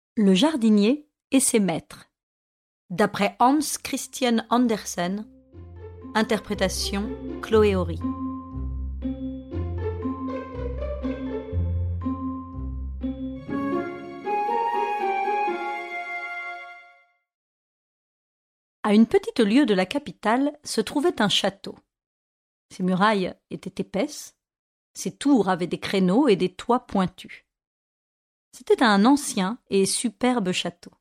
Le jardinier et ses maîtres. D'après Hans Christian Andersen. Interprétation Chloé Horry. À une petite lieue de la capitale se trouvait un château. Ses murailles étaient épaisses, ses tours avaient des créneaux et des toits pointus. C'était un ancien et superbe château.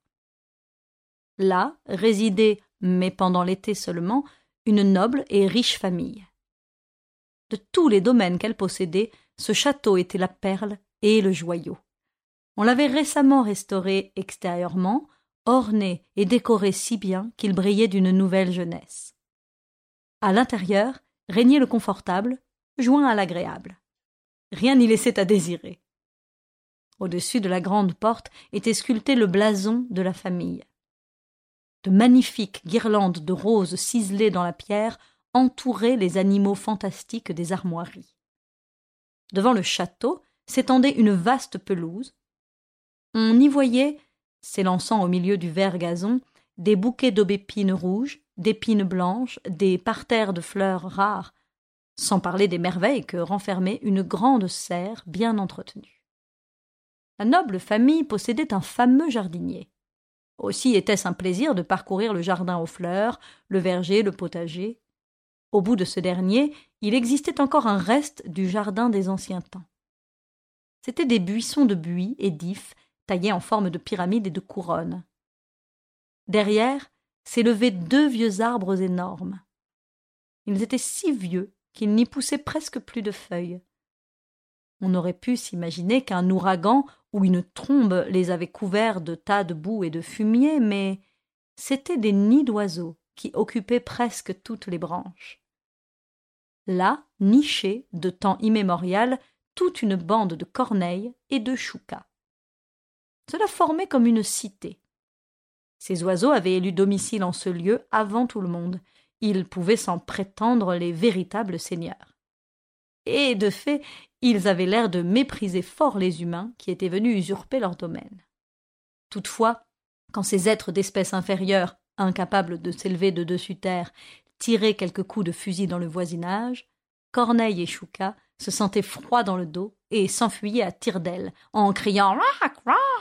Là résidait, mais pendant l'été seulement, une noble et riche famille. De tous les domaines qu'elle possédait, ce château était la perle et le joyau. On l'avait récemment restauré extérieurement, orné et décoré si bien qu'il brillait d'une nouvelle jeunesse. À l'intérieur régnait le confortable, joint à l'agréable. Rien n'y laissait à désirer. Au-dessus de la grande porte était sculpté le blason de la famille. De magnifiques guirlandes de roses ciselées dans la pierre entouraient les animaux fantastiques des armoiries. Devant le château s'étendait une vaste pelouse. On y voyait, s'élançant au milieu du vert gazon, des bouquets d'aubépines rouges, d'épines blanches, des parterres de fleurs rares, sans parler des merveilles que renfermait une grande serre bien entretenue. La noble famille possédait un fameux jardinier. Aussi était-ce un plaisir de parcourir le jardin aux fleurs, le verger, le potager. Au bout de ce dernier, il existait encore un reste du jardin des anciens temps. C'étaient des buissons de buis et d'ifs taillés en forme de pyramide et de couronne. Derrière s'élevaient 2 vieux arbres énormes. Ils étaient si vieux qu'ils n'y poussaient presque plus de feuilles. On aurait pu s'imaginer qu'un ouragan ou une trombe les avait couverts de tas de boue et de fumier, mais c'étaient des nids d'oiseaux qui occupaient presque toutes les branches. Là nichait, de temps immémorial, toute une bande de corneilles et de choucas. Cela formait comme une cité. Ces oiseaux avaient élu domicile en ce lieu avant tout le monde. Ils pouvaient s'en prétendre les véritables seigneurs. Et, de fait, ils avaient l'air de mépriser fort les humains qui étaient venus usurper leur domaine. Toutefois, quand ces êtres d'espèce inférieure, incapables de s'élever de dessus terre, tiraient quelques coups de fusil dans le voisinage, Corneille et Choucas se sentaient froid dans le dos et s'enfuyaient à tire-d'aile, en criant « Rac, rac !»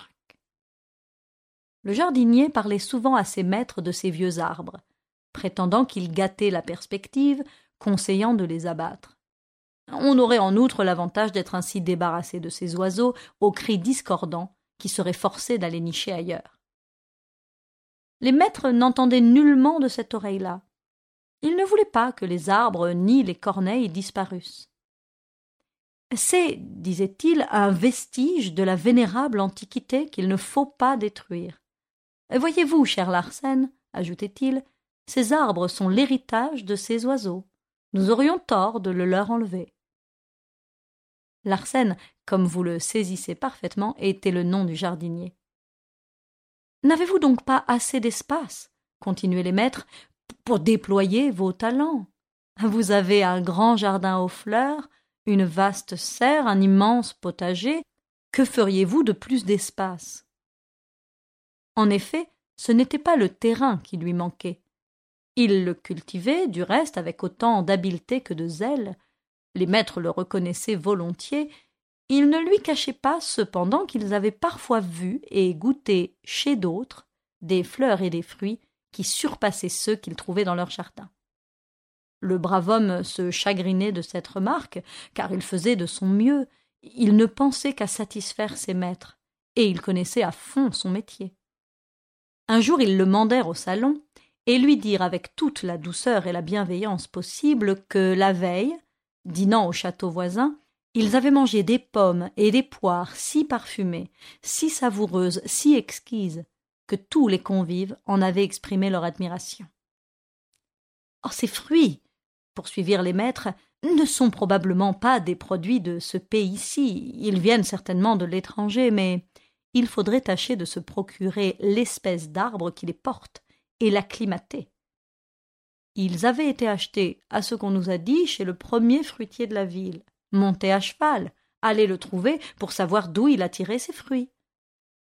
Le jardinier parlait souvent à ses maîtres de ces vieux arbres, prétendant qu'ils gâtaient la perspective, conseillant de les abattre. On aurait en outre l'avantage d'être ainsi débarrassé de ces oiseaux aux cris discordants qui seraient forcés d'aller nicher ailleurs. Les maîtres n'entendaient nullement de cette oreille-là. Ils ne voulaient pas que les arbres ni les corneilles disparussent. C'est, disaient-ils, un vestige de la vénérable antiquité qu'il ne faut pas détruire. Voyez-vous, cher Larsen, ajoutait-il, ces arbres sont l'héritage de ces oiseaux. Nous aurions tort de le leur enlever. Larsen, comme vous le saisissez parfaitement, était le nom du jardinier. « N'avez-vous donc pas assez d'espace, continuaient les maîtres, pour déployer vos talents? Vous avez un grand jardin aux fleurs, une vaste serre, un immense potager. Que feriez-vous de plus d'espace ?» En effet, ce n'était pas le terrain qui lui manquait. Il le cultivait, du reste, avec autant d'habileté que de zèle. Les maîtres le reconnaissaient volontiers. Ils ne lui cachaient pas, cependant, qu'ils avaient parfois vu et goûté chez d'autres des fleurs et des fruits qui surpassaient ceux qu'ils trouvaient dans leur jardin. Le brave homme se chagrinait de cette remarque, car il faisait de son mieux. Il ne pensait qu'à satisfaire ses maîtres, et il connaissait à fond son métier. Un jour, ils le mandèrent au salon et lui dirent avec toute la douceur et la bienveillance possible que la veille, dînant au château voisin, ils avaient mangé des pommes et des poires si parfumées, si savoureuses, si exquises, que tous les convives en avaient exprimé leur admiration. « Oh, ces fruits, poursuivirent les maîtres, ne sont probablement pas des produits de ce pays-ci, ils viennent certainement de l'étranger, mais il faudrait tâcher de se procurer l'espèce d'arbre qui les porte et l'acclimater. Ils avaient été achetés, à ce qu'on nous a dit, chez le premier fruitier de la ville. Montez à cheval, allez le trouver pour savoir d'où il a tiré ses fruits.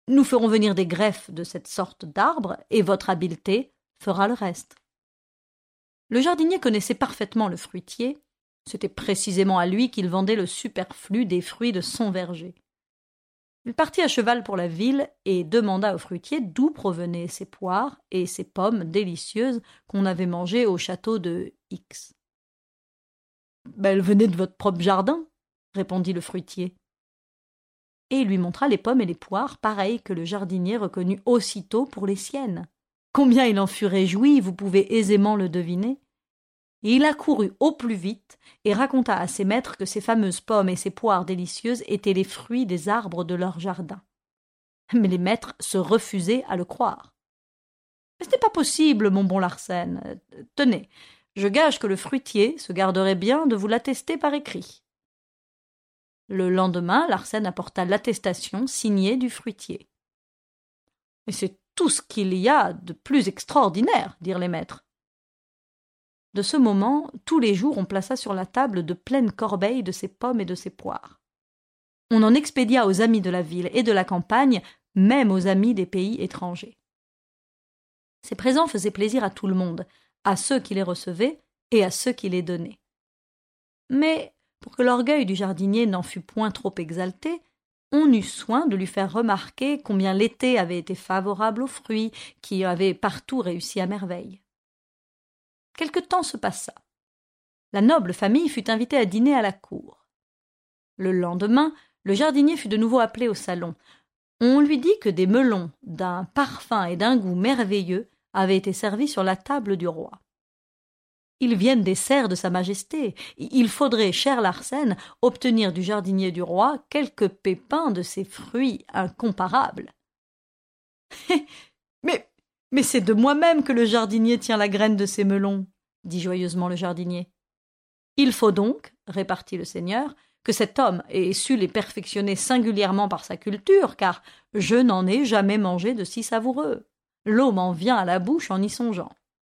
Nous ferons venir des greffes de cette sorte d'arbre, et votre habileté fera le reste. » Le jardinier connaissait parfaitement le fruitier. C'était précisément à lui qu'il vendait le superflu des fruits de son verger. Il partit à cheval pour la ville et demanda au fruitier d'où provenaient ces poires et ces pommes délicieuses qu'on avait mangées au château de X. « Elles venaient de votre propre jardin, » répondit le fruitier. Et il lui montra les pommes et les poires, pareilles que le jardinier reconnut aussitôt pour les siennes. Combien il en fut réjoui, vous pouvez aisément le deviner. Et il accourut au plus vite et raconta à ses maîtres que ces fameuses pommes et ces poires délicieuses étaient les fruits des arbres de leur jardin. Mais les maîtres se refusaient à le croire. « Ce n'est pas possible, mon bon Larsen. Tenez, je gage que le fruitier se garderait bien de vous l'attester par écrit. » Le lendemain, Larsen apporta l'attestation signée du fruitier. « Et c'est tout ce qu'il y a de plus extraordinaire, » dirent les maîtres. De ce moment, tous les jours, on plaça sur la table de pleines corbeilles de ces pommes et de ces poires. On en expédia aux amis de la ville et de la campagne, même aux amis des pays étrangers. Ces présents faisaient plaisir à tout le monde, à ceux qui les recevaient et à ceux qui les donnaient. Mais, pour que l'orgueil du jardinier n'en fût point trop exalté, on eut soin de lui faire remarquer combien l'été avait été favorable aux fruits, qui avaient partout réussi à merveille. Quelque temps se passa. La noble famille fut invitée à dîner à la cour. Le lendemain, le jardinier fut de nouveau appelé au salon. On lui dit que des melons, d'un parfum et d'un goût merveilleux, avaient été servis sur la table du roi. « Ils viennent des serres de Sa Majesté. Il faudrait, cher Larsen, obtenir du jardinier du roi quelques pépins de ces fruits incomparables. » Mais c'est de moi-même que le jardinier tient la graine de ces melons, dit joyeusement le jardinier. « Il faut donc, répartit le seigneur, que cet homme ait su les perfectionner singulièrement par sa culture, car je n'en ai jamais mangé de si savoureux. L'eau m'en vient à la bouche en y songeant. »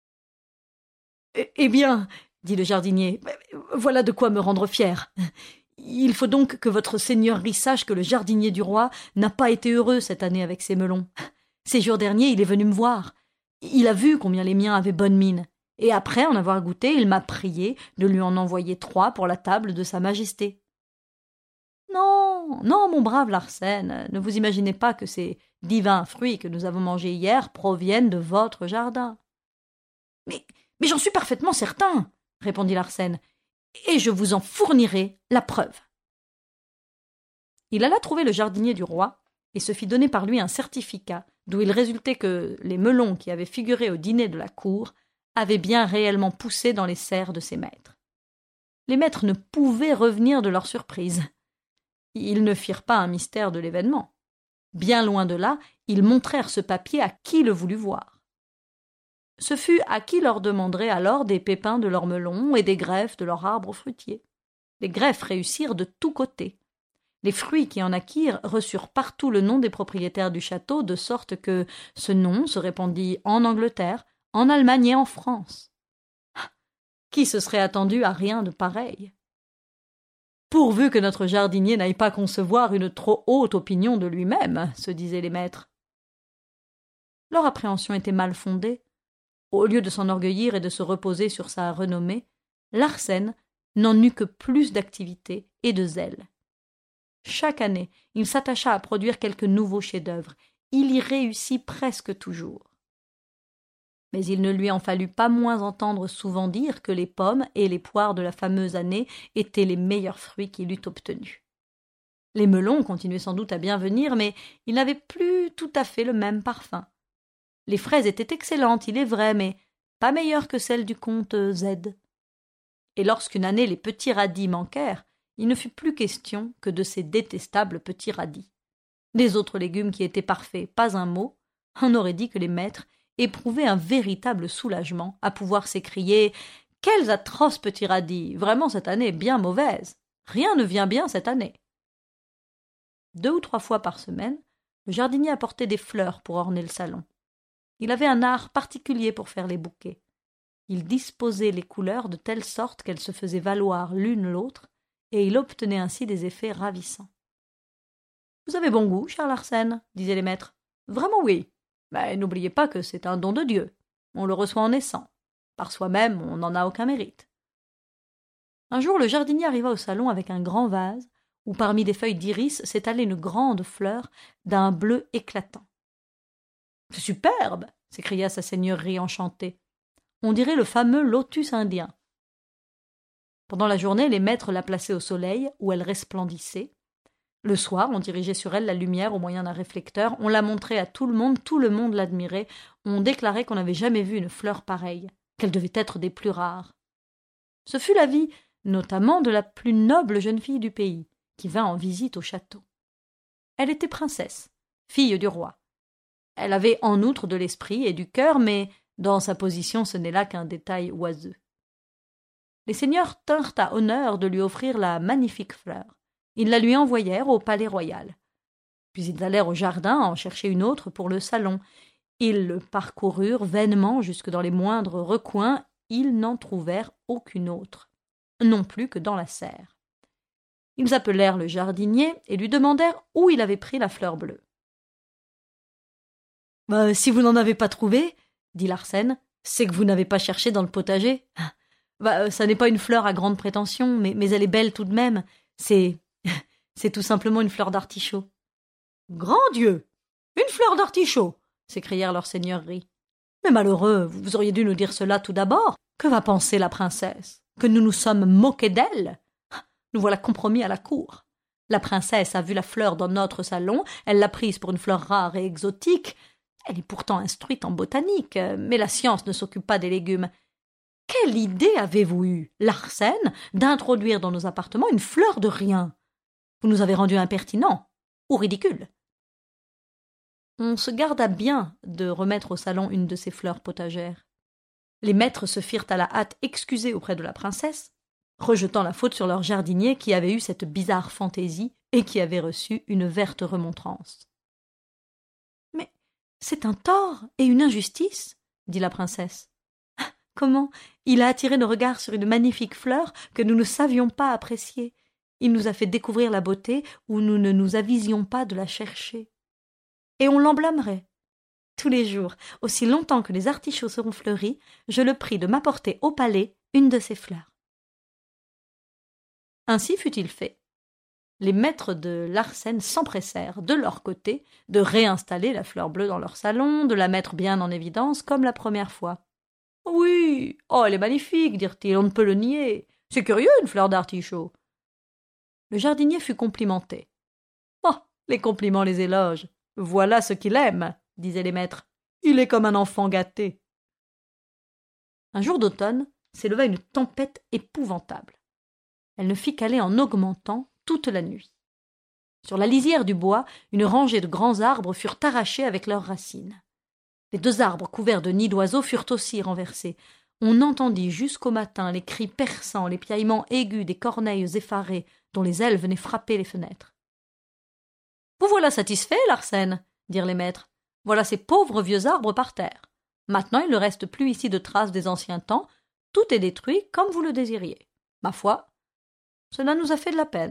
« Eh bien, dit le jardinier, voilà de quoi me rendre fier. Il faut donc que votre seigneurie sache que le jardinier du roi n'a pas été heureux cette année avec ses melons. Ces jours derniers, il est venu me voir. Il a vu combien les miens avaient bonne mine, et après en avoir goûté, il m'a prié de lui en envoyer 3 pour la table de Sa Majesté. »« Non, non, mon brave Larsen, ne vous imaginez pas que ces divins fruits que nous avons mangés hier proviennent de votre jardin. »« Mais j'en suis parfaitement certain, » répondit Larsen, « et je vous en fournirai la preuve. » Il alla trouver le jardinier du roi et se fit donner par lui un certificat d'où il résultait que les melons qui avaient figuré au dîner de la cour avaient bien réellement poussé dans les serres de ses maîtres. Les maîtres ne pouvaient revenir de leur surprise. Ils ne firent pas un mystère de l'événement. Bien loin de là, ils montrèrent ce papier à qui le voulut voir. Ce fut à qui leur demanderait alors des pépins de leurs melons et des greffes de leur arbre fruitier. Les greffes réussirent de tous côtés. Les fruits qui en acquirent reçurent partout le nom des propriétaires du château, de sorte que ce nom se répandit en Angleterre, en Allemagne et en France. Qui se serait attendu à rien de pareil? Pourvu que notre jardinier n'aille pas concevoir une trop haute opinion de lui-même, se disaient les maîtres. Leur appréhension était mal fondée. Au lieu de s'enorgueillir et de se reposer sur sa renommée, Larsen n'en eut que plus d'activité et de zèle. Chaque année, il s'attacha à produire quelques nouveaux chefs-d'œuvre. Il y réussit presque toujours. Mais il ne lui en fallut pas moins entendre souvent dire que les pommes et les poires de la fameuse année étaient les meilleurs fruits qu'il eût obtenus. Les melons continuaient sans doute à bien venir, mais ils n'avaient plus tout à fait le même parfum. Les fraises étaient excellentes, il est vrai, mais pas meilleures que celles du comte Z. Et lorsqu'une année les petits radis manquèrent, il ne fut plus question que de ces détestables petits radis. Des autres légumes qui étaient parfaits, pas un mot. On aurait dit que les maîtres éprouvaient un véritable soulagement à pouvoir s'écrier « Quels atroces petits radis! Vraiment cette année est bien mauvaise! Rien ne vient bien cette année !» 2 ou 3 fois par semaine, le jardinier apportait des fleurs pour orner le salon. Il avait un art particulier pour faire les bouquets. Il disposait les couleurs de telle sorte qu'elles se faisaient valoir l'une l'autre, et il obtenait ainsi des effets ravissants. Vous avez bon goût, cher Larsen, disaient les maîtres. Vraiment oui. Mais n'oubliez pas que c'est un don de Dieu. On le reçoit en naissant. Par soi-même, on n'en a aucun mérite. Un jour, le jardinier arriva au salon avec un grand vase, où parmi des feuilles d'iris s'étalait une grande fleur d'un bleu éclatant. « C'est superbe !» s'écria sa seigneurie enchantée. « On dirait le fameux lotus indien. » Pendant la journée, les maîtres la plaçaient au soleil, où elle resplendissait. Le soir, on dirigeait sur elle la lumière au moyen d'un réflecteur, on la montrait à tout le monde l'admirait, on déclarait qu'on n'avait jamais vu une fleur pareille, qu'elle devait être des plus rares. Ce fut l'avis, notamment, de la plus noble jeune fille du pays, qui vint en visite au château. Elle était princesse, fille du roi. Elle avait en outre de l'esprit et du cœur, mais dans sa position ce n'est là qu'un détail oiseux. Les seigneurs tinrent à honneur de lui offrir la magnifique fleur. Ils la lui envoyèrent au palais royal. Puis ils allèrent au jardin en chercher une autre pour le salon. Ils le parcoururent vainement jusque dans les moindres recoins. Ils n'en trouvèrent aucune autre, non plus que dans la serre. Ils appelèrent le jardinier et lui demandèrent où il avait pris la fleur bleue. « Si vous n'en avez pas trouvé, dit Larsen, c'est que vous n'avez pas cherché dans le potager. Ça n'est pas une fleur à grande prétention, mais elle est belle tout de même. C'est tout simplement une fleur d'artichaut. »« Grand Dieu! Une fleur d'artichaut !» s'écrièrent leurs seigneuries. « Mais malheureux, vous auriez dû nous dire cela tout d'abord. Que va penser la princesse? Que nous nous sommes moqués d'elle? Nous voilà compromis à la cour. La princesse a vu la fleur dans notre salon, elle l'a prise pour une fleur rare et exotique. Elle est pourtant instruite en botanique, mais la science ne s'occupe pas des légumes. Quelle idée avez-vous eue, Larsen, d'introduire dans nos appartements une fleur de rien? Vous nous avez rendus impertinents ou ridicules. » On se garda bien de remettre au salon une de ces fleurs potagères. Les maîtres se firent à la hâte excuser auprès de la princesse, rejetant la faute sur leur jardinier qui avait eu cette bizarre fantaisie et qui avait reçu une verte remontrance. « Mais c'est un tort et une injustice, dit la princesse. Comment? Il a attiré nos regards sur une magnifique fleur que nous ne savions pas apprécier. Il nous a fait découvrir la beauté où nous ne nous avisions pas de la chercher. Et on l'emblâmerait. Tous les jours, aussi longtemps que les artichauts seront fleuris, je le prie de m'apporter au palais une de ces fleurs. » Ainsi fut-il fait. Les maîtres de Larsen s'empressèrent, de leur côté, de réinstaller la fleur bleue dans leur salon, de la mettre bien en évidence comme la première fois. « Oui, elle est magnifique, dirent-ils, on ne peut le nier. C'est curieux, une fleur d'artichaut. » Le jardinier fut complimenté. « Oh, les compliments, les éloges. Voilà ce qu'il aime, disaient les maîtres. Il est comme un enfant gâté. » Un jour d'automne s'éleva une tempête épouvantable. Elle ne fit qu'aller en augmentant toute la nuit. Sur la lisière du bois, une rangée de grands arbres furent arrachés avec leurs racines. Les 2 arbres couverts de nids d'oiseaux furent aussi renversés. On entendit jusqu'au matin les cris perçants, les piaillements aigus des corneilles effarées dont les ailes venaient frapper les fenêtres. « Vous voilà satisfait, Larsen, dirent les maîtres. Voilà ces pauvres vieux arbres par terre. Maintenant, il ne reste plus ici de traces des anciens temps. Tout est détruit comme vous le désiriez. Ma foi, cela nous a fait de la peine. »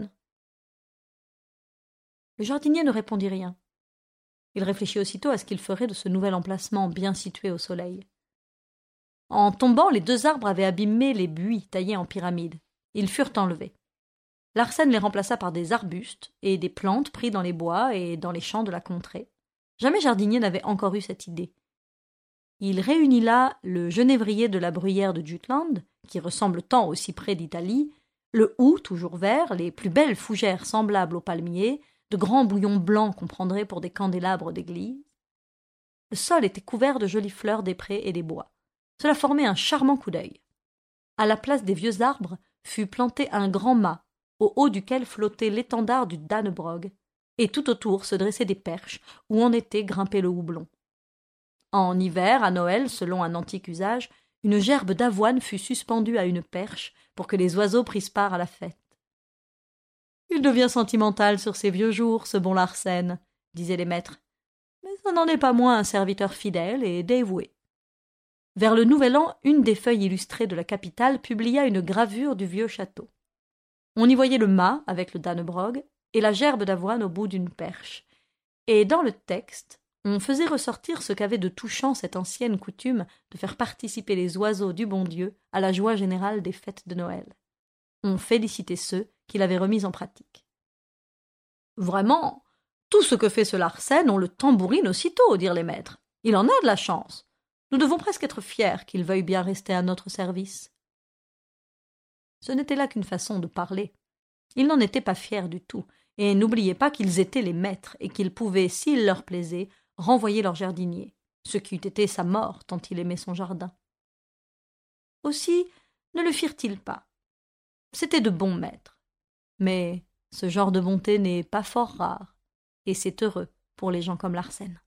Le jardinier ne répondit rien. Il réfléchit aussitôt à ce qu'il ferait de ce nouvel emplacement bien situé au soleil. En tombant, les 2 arbres avaient abîmé les buis taillés en pyramide. Ils furent enlevés. Larsen les remplaça par des arbustes et des plantes pris dans les bois et dans les champs de la contrée. Jamais jardinier n'avait encore eu cette idée. Il réunit là le genévrier de la bruyère de Jutland, qui ressemble tant au cyprès d'Italie, le houx toujours vert, les plus belles fougères semblables aux palmiers, de grands bouillons blancs qu'on prendrait pour des candélabres d'église. Le sol était couvert de jolies fleurs des prés et des bois. Cela formait un charmant coup d'œil. À la place des vieux arbres fut planté un grand mât, au haut duquel flottait l'étendard du Dannebrog, et tout autour se dressaient des perches où en été grimpait le houblon. En hiver, à Noël, selon un antique usage, une gerbe d'avoine fut suspendue à une perche pour que les oiseaux prissent part à la fête. « Il devient sentimental sur ses vieux jours, ce bon Larsen, » disaient les maîtres. « Mais ça n'en est pas moins un serviteur fidèle et dévoué. » Vers le Nouvel An, une des feuilles illustrées de la capitale publia une gravure du vieux château. On y voyait le mât avec le Dannebrog et la gerbe d'avoine au bout d'une perche. Et dans le texte, on faisait ressortir ce qu'avait de touchant cette ancienne coutume de faire participer les oiseaux du bon Dieu à la joie générale des fêtes de Noël. On félicitait ceux qui l'avaient remise en pratique. Vraiment, tout ce que fait ce Larsen, on le tambourine aussitôt, dirent les maîtres. Il en a de la chance. Nous devons presque être fiers qu'il veuille bien rester à notre service. Ce n'était là qu'une façon de parler. Ils n'en étaient pas fiers du tout, et n'oubliez pas qu'ils étaient les maîtres et qu'ils pouvaient, s'il leur plaisait, renvoyer leur jardinier, ce qui eût été sa mort tant il aimait son jardin. Aussi ne le firent-ils pas. C'étaient de bons maîtres. Mais ce genre de bonté n'est pas fort rare, et c'est heureux pour les gens comme Larsen.